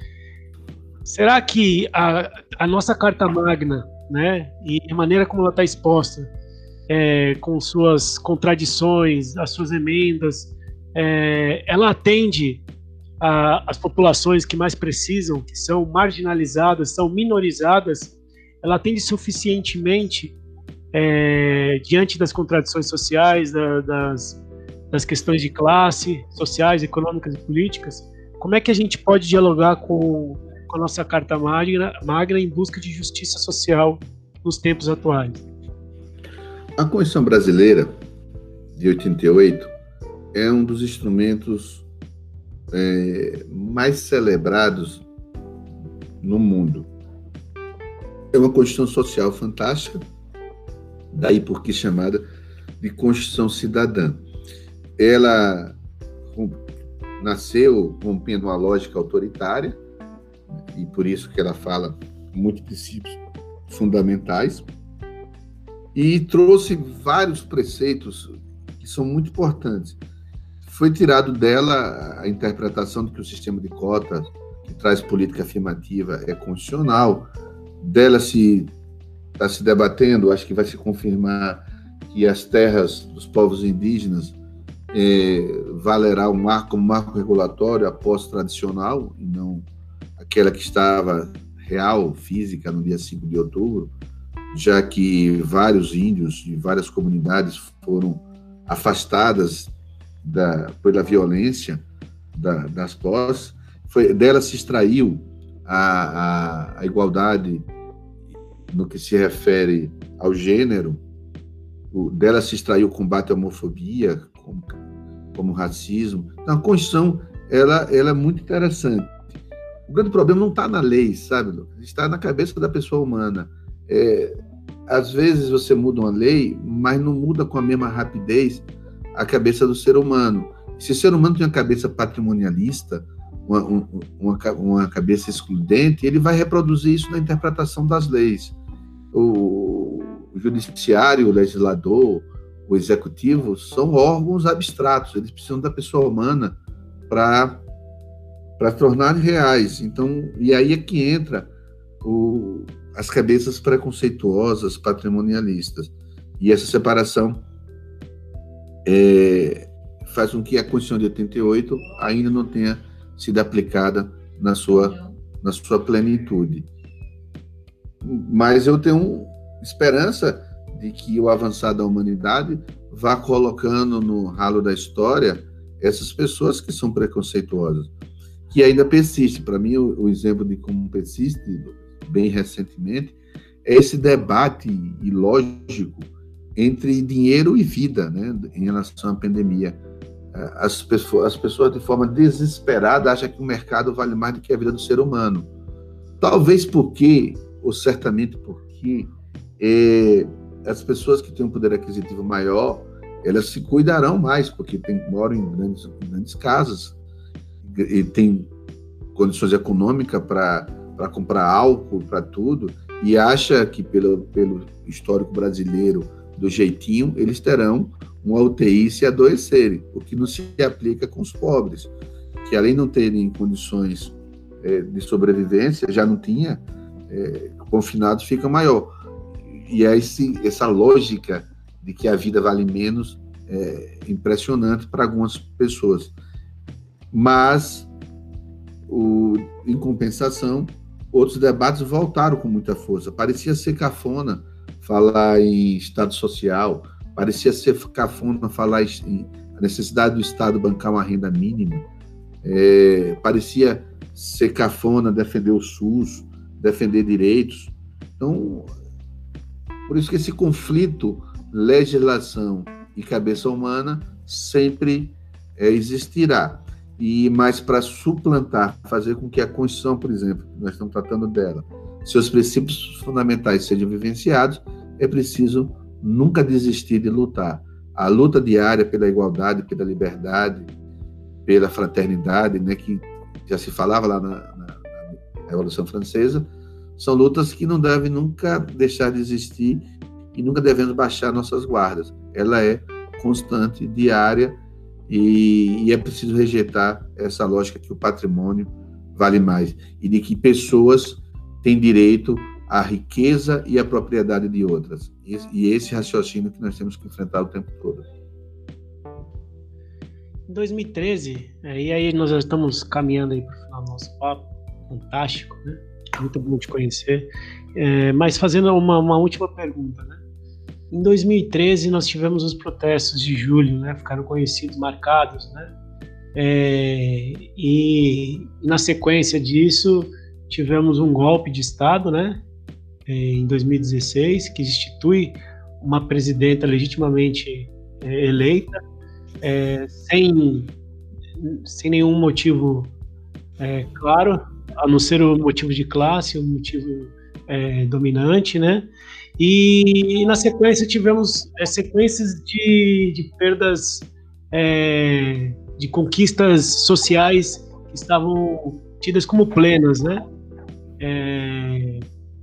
Será que a, a nossa Carta Magna, né, e a maneira como ela está exposta, é, com suas contradições, as suas emendas, é, ela atende às populações que mais precisam, que são marginalizadas, são minorizadas, ela atende suficientemente é, diante das contradições sociais, da, das, das questões de classe, sociais, econômicas e políticas? Como é que a gente pode dialogar com, com a nossa Carta Magna, Magna em busca de justiça social nos tempos atuais?
A Constituição Brasileira, de oitenta e oito, é um dos instrumentos é, mais celebrados no mundo. É uma Constituição social fantástica, daí porque chamada de Constituição Cidadã. Ela nasceu rompendo uma lógica autoritária, e por isso que ela fala muitos princípios fundamentais, e trouxe vários preceitos que são muito importantes. Foi tirado dela a interpretação de que o sistema de cotas, que traz política afirmativa, é constitucional. Dela se está se debatendo, acho que vai se confirmar que as terras dos povos indígenas é, valerá um marco, como marco regulatório a posse tradicional, e não aquela que estava real, física, no dia cinco de outubro, já que vários índios e várias comunidades foram afastadas da, pela violência da, das posses. Foi, dela se extraiu a, a, a igualdade no que se refere ao gênero, o, dela se extraiu o combate à homofobia, como, como racismo. Então, a Constituição ela, ela é muito interessante. O grande problema não está na lei, sabe, Lucas? Está na cabeça da pessoa humana. É, às vezes você muda uma lei, mas não muda com a mesma rapidez a cabeça do ser humano. Se o ser humano tem uma cabeça patrimonialista, uma, uma, uma cabeça excludente, ele vai reproduzir isso na interpretação das leis. O, o judiciário, o legislador, o executivo são órgãos abstratos, eles precisam da pessoa humana para para tornar reais. Então, e aí é que entra o, as cabeças preconceituosas, patrimonialistas. E essa separação é, faz com que a Constituição de oitenta e oito ainda não tenha sido aplicada na sua, na sua plenitude. Mas eu tenho esperança de que o avançar da humanidade vá colocando no ralo da história essas pessoas que são preconceituosas, que ainda persiste. Para mim, o, o exemplo de como persiste, bem recentemente, é esse debate ilógico entre dinheiro e vida, né, em relação à pandemia. As pessoas, as pessoas, de forma desesperada, acham que o mercado vale mais do que a vida do ser humano. Talvez porque, ou certamente porque, é, as pessoas que têm um poder aquisitivo maior, elas se cuidarão mais, porque tem, moram em grandes, grandes casas, e tem condições econômicas para comprar álcool, para tudo, e acha que, pelo, pelo histórico brasileiro do jeitinho, eles terão uma U T I se adoecerem, o que não se aplica com os pobres, que além de não terem condições é, de sobrevivência, já não tinha, é, confinados fica maior. E é esse, essa lógica de que a vida vale menos é impressionante para algumas pessoas. Mas, o, em compensação, outros debates voltaram com muita força. Parecia ser cafona falar em Estado social, parecia ser cafona falar em a necessidade do Estado bancar uma renda mínima, é, parecia ser cafona defender o SUS, defender direitos. Então, por isso que esse conflito, legislação e cabeça humana, sempre é, existirá. E mais para suplantar, fazer com que a Constituição, por exemplo, que nós estamos tratando dela, seus princípios fundamentais sejam vivenciados, é preciso nunca desistir de lutar. A luta diária pela igualdade, pela liberdade, pela fraternidade, né, que já se falava lá na, na, na Revolução Francesa, são lutas que não devem nunca deixar de existir e nunca devemos baixar nossas guardas. Ela é constante, diária, e, e é preciso rejeitar essa lógica que o patrimônio vale mais e de que pessoas têm direito à riqueza e à propriedade de outras. E, e esse raciocínio que nós temos que enfrentar o tempo todo.
Em dois mil e treze, e aí nós já estamos caminhando aí para o final do nosso papo, fantástico, né? Muito bom te conhecer. É, mas fazendo uma, uma última pergunta, né? Em dois mil e treze nós tivemos os protestos de julho, né? Ficaram conhecidos, marcados, né? É, e, e na sequência disso tivemos um golpe de Estado, né? É, em dois mil e dezesseis, que institui uma presidenta legitimamente é, eleita, é, sem, sem nenhum motivo é, claro, a não ser o motivo de classe, o motivo é, dominante, né? E, e na sequência tivemos é, sequências de, de perdas, é, de conquistas sociais que estavam tidas como plenas, né? É,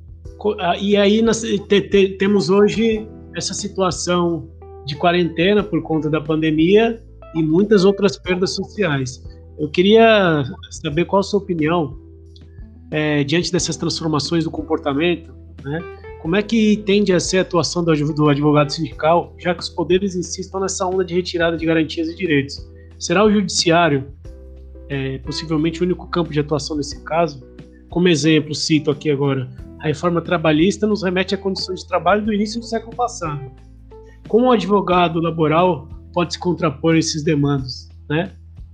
e aí nós te, te, temos hoje essa situação de quarentena por conta da pandemia e muitas outras perdas sociais. Eu queria saber qual a sua opinião é, diante dessas transformações do comportamento, né? Como é que tende a ser a atuação do advogado sindical, já que os poderes insistem nessa onda de retirada de garantias e direitos? Será o judiciário é, possivelmente o único campo de atuação nesse caso? Como exemplo, cito aqui agora, a reforma trabalhista nos remete a condições de trabalho do início do século passado. Como o advogado laboral pode se contrapor a esses demandos, né?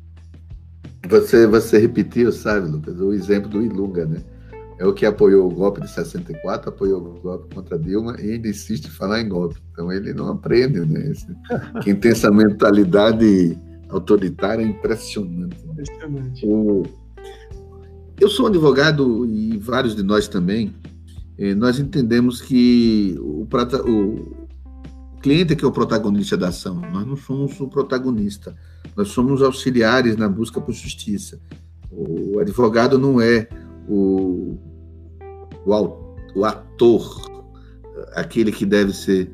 Você, você repetiu, sabe, Lucas, o exemplo do Ilunga, né? É o que apoiou o golpe de sessenta e quatro, apoiou o golpe contra Dilma e ainda insiste em falar em golpe. Então ele não aprende, né? Esse, quem tem essa mentalidade autoritária é impressionante. Né? Impressionante. O, eu sou um advogado e vários de nós também, eh, nós entendemos que o, o cliente é que é o protagonista da ação, nós não somos o protagonista, nós somos auxiliares na busca por justiça. O advogado não é o, o, o ator, aquele que deve ser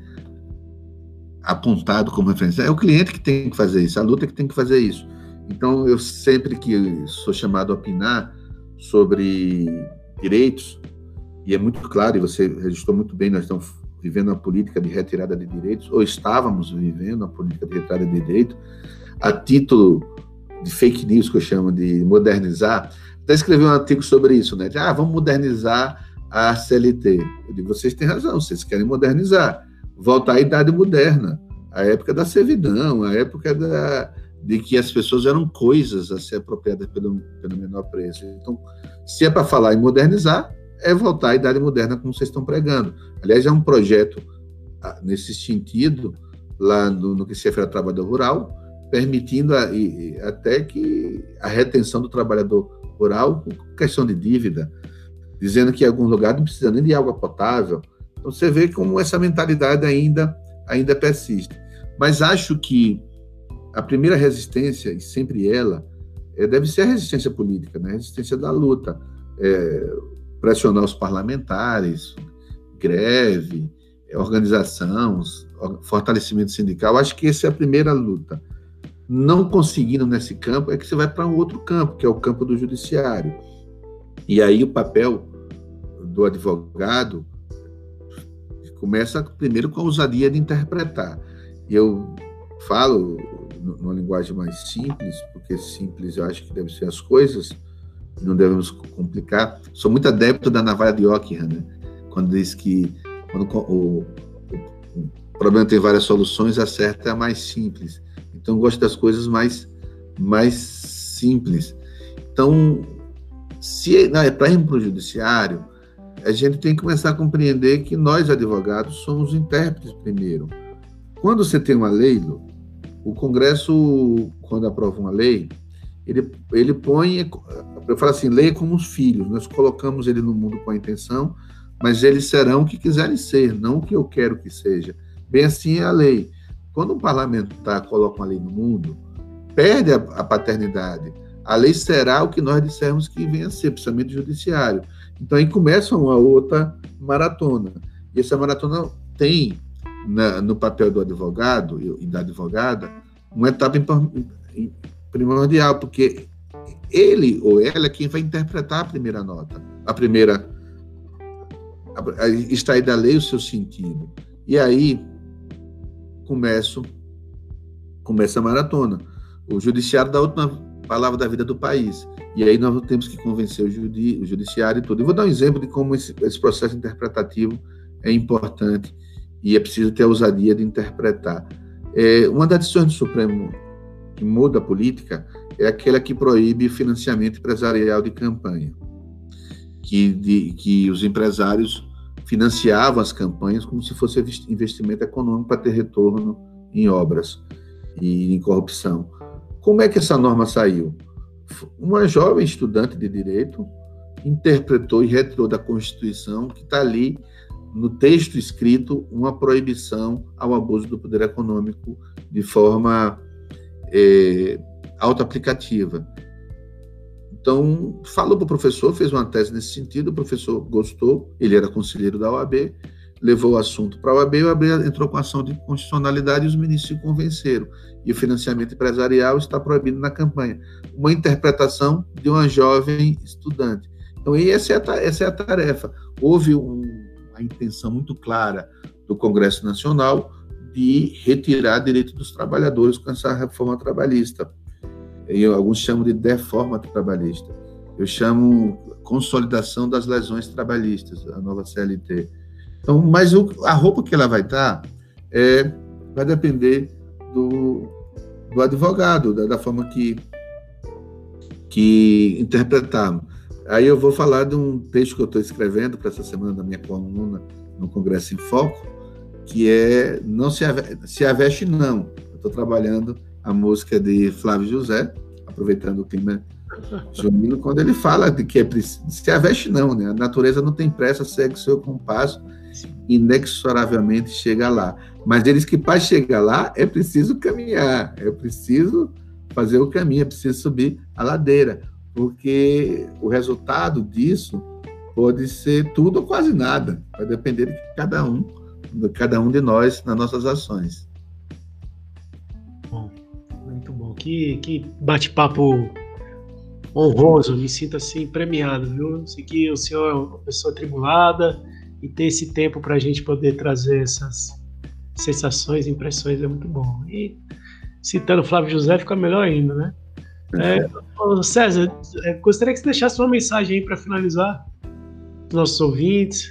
apontado como referência. É o cliente que tem que fazer isso, a luta que tem que fazer isso. Então, eu sempre que sou chamado a opinar sobre direitos, e é muito claro, e você registrou muito bem, nós estamos vivendo uma política de retirada de direitos, ou estávamos vivendo uma política de retirada de direitos, a título de fake news, que eu chamo de modernizar. Até escrevi um artigo sobre isso, né? De, ah, vamos modernizar a C L T. Eu digo, vocês têm razão, vocês querem modernizar. Voltar à idade moderna, a época da servidão, a época da, de que as pessoas eram coisas a ser apropriadas pelo, pelo menor preço. Então, se é para falar em modernizar, é voltar à idade moderna como vocês estão pregando. Aliás, é um projeto nesse sentido, lá no, no que se refere ao trabalhador rural, permitindo a, e, até que a retenção do trabalhador rural com questão de dívida, dizendo que em alguns lugares não precisa nem de água potável. Então, você vê como essa mentalidade ainda, ainda persiste. Mas acho que a primeira resistência, e sempre ela, é, deve ser a resistência política, né? A resistência da luta. É, pressionar os parlamentares, greve, organização, fortalecimento sindical. Acho que essa é a primeira luta. Não conseguindo nesse campo, é que você vai para um outro campo, que é o campo do judiciário. E aí o papel do advogado começa primeiro com a ousadia de interpretar. E eu falo numa linguagem mais simples, porque simples eu acho que devem ser as coisas, não devemos complicar. Sou muito adepto da navalha de Ockham, né? Quando diz que quando o, o, o problema tem várias soluções, a certa é a mais simples. Então, eu gosto das coisas mais, mais simples. Então, se é para ir para o judiciário, a gente tem que começar a compreender que nós, advogados, somos intérpretes primeiro. Quando você tem uma lei, o Congresso, quando aprova uma lei, ele, ele põe, eu falo assim, lei é como os filhos, nós colocamos ele no mundo com a intenção, mas eles serão o que quiserem ser, não o que eu quero que seja. Bem assim é a lei. Quando um parlamentar coloca uma lei no mundo, perde a, a paternidade. A lei será o que nós dissermos que venha a ser, principalmente o judiciário. Então, aí começa uma outra maratona. E essa maratona tem, na, no papel do advogado e da advogada, uma etapa primordial, porque ele ou ela é quem vai interpretar a primeira nota, a primeira, a, a, extrair da lei o seu sentido. E aí começa, começa a maratona. O judiciário dá a última palavra da vida do país. E aí nós temos que convencer o, judi, o judiciário e tudo. Eu vou dar um exemplo de como esse, esse processo interpretativo é importante e é preciso ter a ousadia de interpretar. É, uma das decisões do Supremo que muda a política é aquela que proíbe financiamento empresarial de campanha, que, de, que os empresários financiavam as campanhas como se fosse investimento econômico para ter retorno em obras e em corrupção. Como é que essa norma saiu? Uma jovem estudante de direito interpretou e retirou da Constituição, que está ali no texto escrito, uma proibição ao abuso do poder econômico de forma é, autoaplicativa. Então, falou para o professor, fez uma tese nesse sentido, o professor gostou, ele era conselheiro da O A B, levou o assunto para a O A B, a O A B entrou com ação de constitucionalidade e os ministros se convenceram. E o financiamento empresarial está proibido na campanha. Uma interpretação de uma jovem estudante. Então, essa é a, essa é a tarefa. Houve um, uma intenção muito clara do Congresso Nacional de retirar direito dos trabalhadores com essa reforma trabalhista. E alguns chamam de deforma trabalhista. Eu chamo consolidação das lesões trabalhistas, a nova C L T. Então, mas o, a roupa que ela vai dar é, vai depender do, do advogado, da, da forma que, que interpretarmos. Aí eu vou falar de um texto que eu estou escrevendo para essa semana da minha coluna no Congresso em Foco, que é Não se, ave, se aveste não. Eu estou trabalhando a música de Flávio José, aproveitando o clima junino, quando ele fala de que é preciso, se aveste não, né? A natureza não tem pressa, segue o seu compasso, inexoravelmente chega lá. Mas ele diz que para chegar lá é preciso caminhar, é preciso fazer o caminho, é preciso subir a ladeira, porque o resultado disso pode ser tudo ou quase nada, vai depender de cada um, de cada um de nós nas nossas ações.
Bom, muito bom. Que, que bate-papo honroso, me sinto assim premiado, viu? Sei que o senhor é uma pessoa atribulada e ter esse tempo para a gente poder trazer essas sensações, impressões é muito bom. E citando Flávio José fica melhor ainda, né? É, César, gostaria que você deixasse uma mensagem aí para finalizar os nossos ouvintes.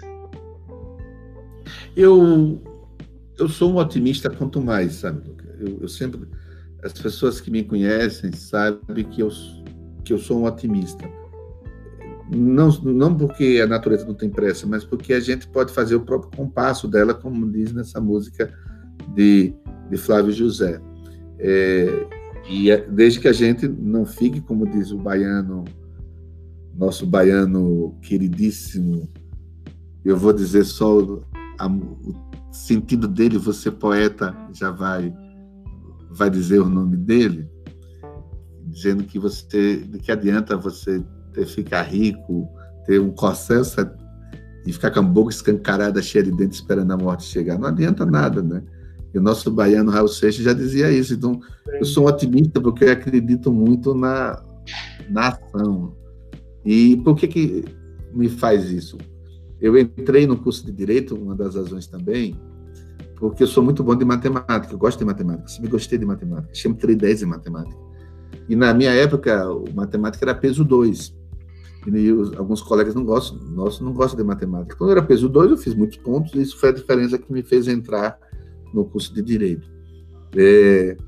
Eu, eu sou um otimista quanto mais, sabe? Eu, eu sempre, as pessoas que me conhecem sabem que eu, que eu sou um otimista. Não, não porque a natureza não tem pressa, mas porque a gente pode fazer o próprio compasso dela, como diz nessa música de, de Flávio José. É, e desde que a gente não fique, como diz o baiano, nosso baiano queridíssimo, eu vou dizer só a, o sentido dele, você poeta já vai, vai dizer o nome dele, dizendo que você, de que adianta você ter, ficar rico, ter um Corcel e ficar com a boca escancarada, cheia de dentes, esperando a morte chegar. Não adianta nada, né? E o nosso baiano Raul Seixas já dizia isso. Então, eu sou um otimista porque eu acredito muito na, na ação. E por que que me faz isso? Eu entrei no curso de Direito, uma das razões também, porque eu sou muito bom de matemática, eu gosto de matemática, sempre gostei de matemática, sempre tirei dez em matemática. E na minha época, o matemática era peso dois. E os, alguns colegas não gostam, nossos não gostam de matemática. Quando eu era peso dois, eu fiz muitos pontos, e isso foi a diferença que me fez entrar no curso de Direito. É,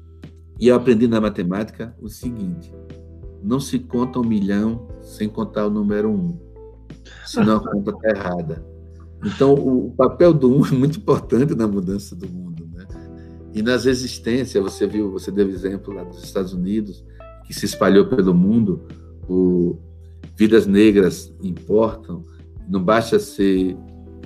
e eu aprendi na matemática o seguinte: não se conta um milhão sem contar o número um, senão a conta está errada. Então, o papel do um é muito importante na mudança do mundo, né? E nas resistências, você viu, você deu exemplo lá dos Estados Unidos, que se espalhou pelo mundo, o vidas negras importam, não basta ser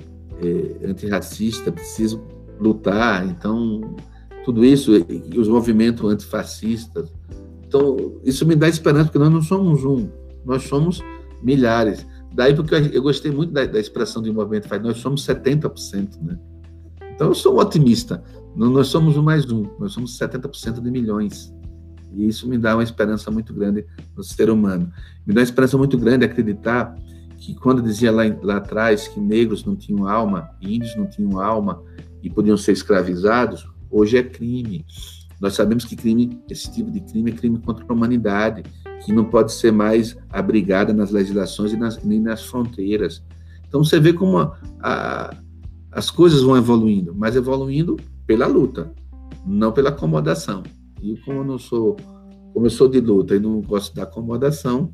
é, antirracista, preciso lutar. Então, tudo isso, e os movimentos antifascistas. Então, isso me dá esperança, porque nós não somos um, nós somos milhares. Daí porque eu gostei muito da, da expressão do movimento, nós somos setenta por cento, né? Então eu sou um otimista, não, nós somos um mais um, nós somos setenta por cento de milhões, e isso me dá uma esperança muito grande no ser humano. Me dá uma esperança muito grande acreditar que quando dizia lá, lá atrás que negros não tinham alma, índios não tinham alma e podiam ser escravizados, hoje é crime. Nós sabemos que crime, esse tipo de crime é crime contra a humanidade, que não pode ser mais abrigada nas legislações e nas, nem nas fronteiras. Então você vê como a, a, as coisas vão evoluindo, mas evoluindo pela luta, não pela acomodação. E como eu não sou, como eu sou de luta e não gosto da acomodação,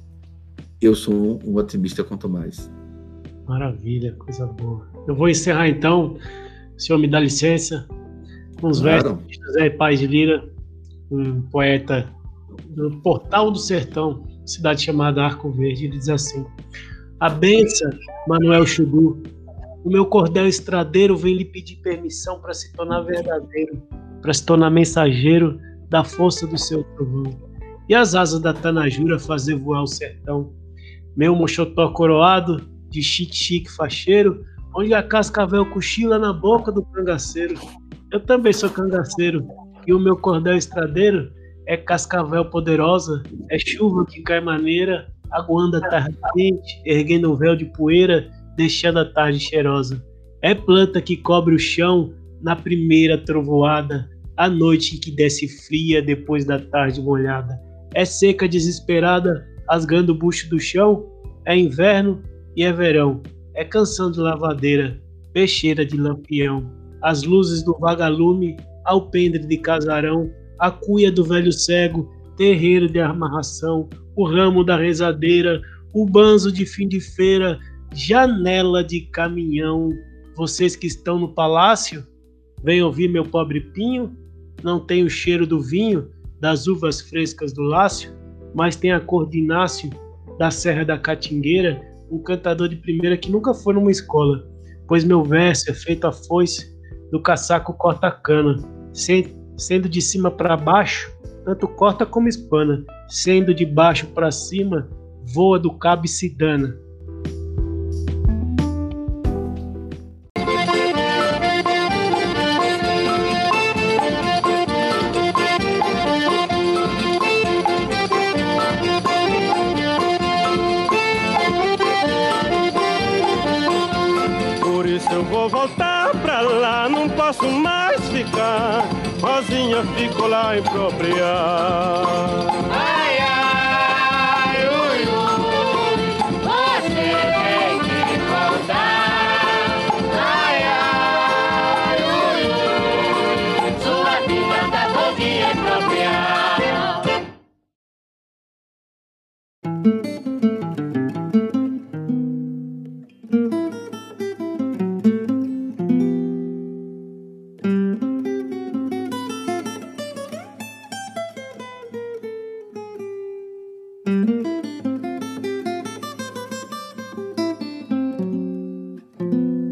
eu sou um, um otimista quanto mais.
Maravilha, coisa boa. Eu vou encerrar então, o senhor me dá licença, com os
Claro.
versos de José Paz de Lira, um poeta do Portal do Sertão, cidade chamada Arco Verde. Ele diz assim: a benção, Manuel Chudu, o meu cordel estradeiro vem lhe pedir permissão para se tornar verdadeiro, para se tornar mensageiro da força do seu trovão, e as asas da Tanajura fazer voar o sertão. Meu mochotó coroado, de chique-chique facheiro, onde a cascavel cochila na boca do cangaceiro. Eu também sou cangaceiro, e o meu cordel estradeiro é cascavel poderosa, é chuva que cai maneira, aguando a tarde quente, erguendo um véu de poeira, deixando a tarde cheirosa. É planta que cobre o chão na primeira trovoada, a noite que desce fria depois da tarde molhada. É seca desesperada, rasgando o bucho do chão, é inverno e é verão. É canção de lavadeira, peixeira de lampião. As luzes do vagalume, alpendre de casarão, a cuia do velho cego, terreiro de amarração, o ramo da rezadeira, o banzo de fim de feira, janela de caminhão. Vocês que estão no palácio, vem ouvir meu pobre pinho, não tem o cheiro do vinho, das uvas frescas do Lácio, mas tem a cor de Inácio, da Serra da Catingueira, um cantador de primeira que nunca foi numa escola, pois meu verso é feito a foice do caçaco corta-cana, sendo de cima para baixo, tanto corta como espana, sendo de baixo para cima, voa do cabo e se dana.
Por isso eu vou voltar pra lá, não posso mais ficar. Rosinha ficou lá impropriada.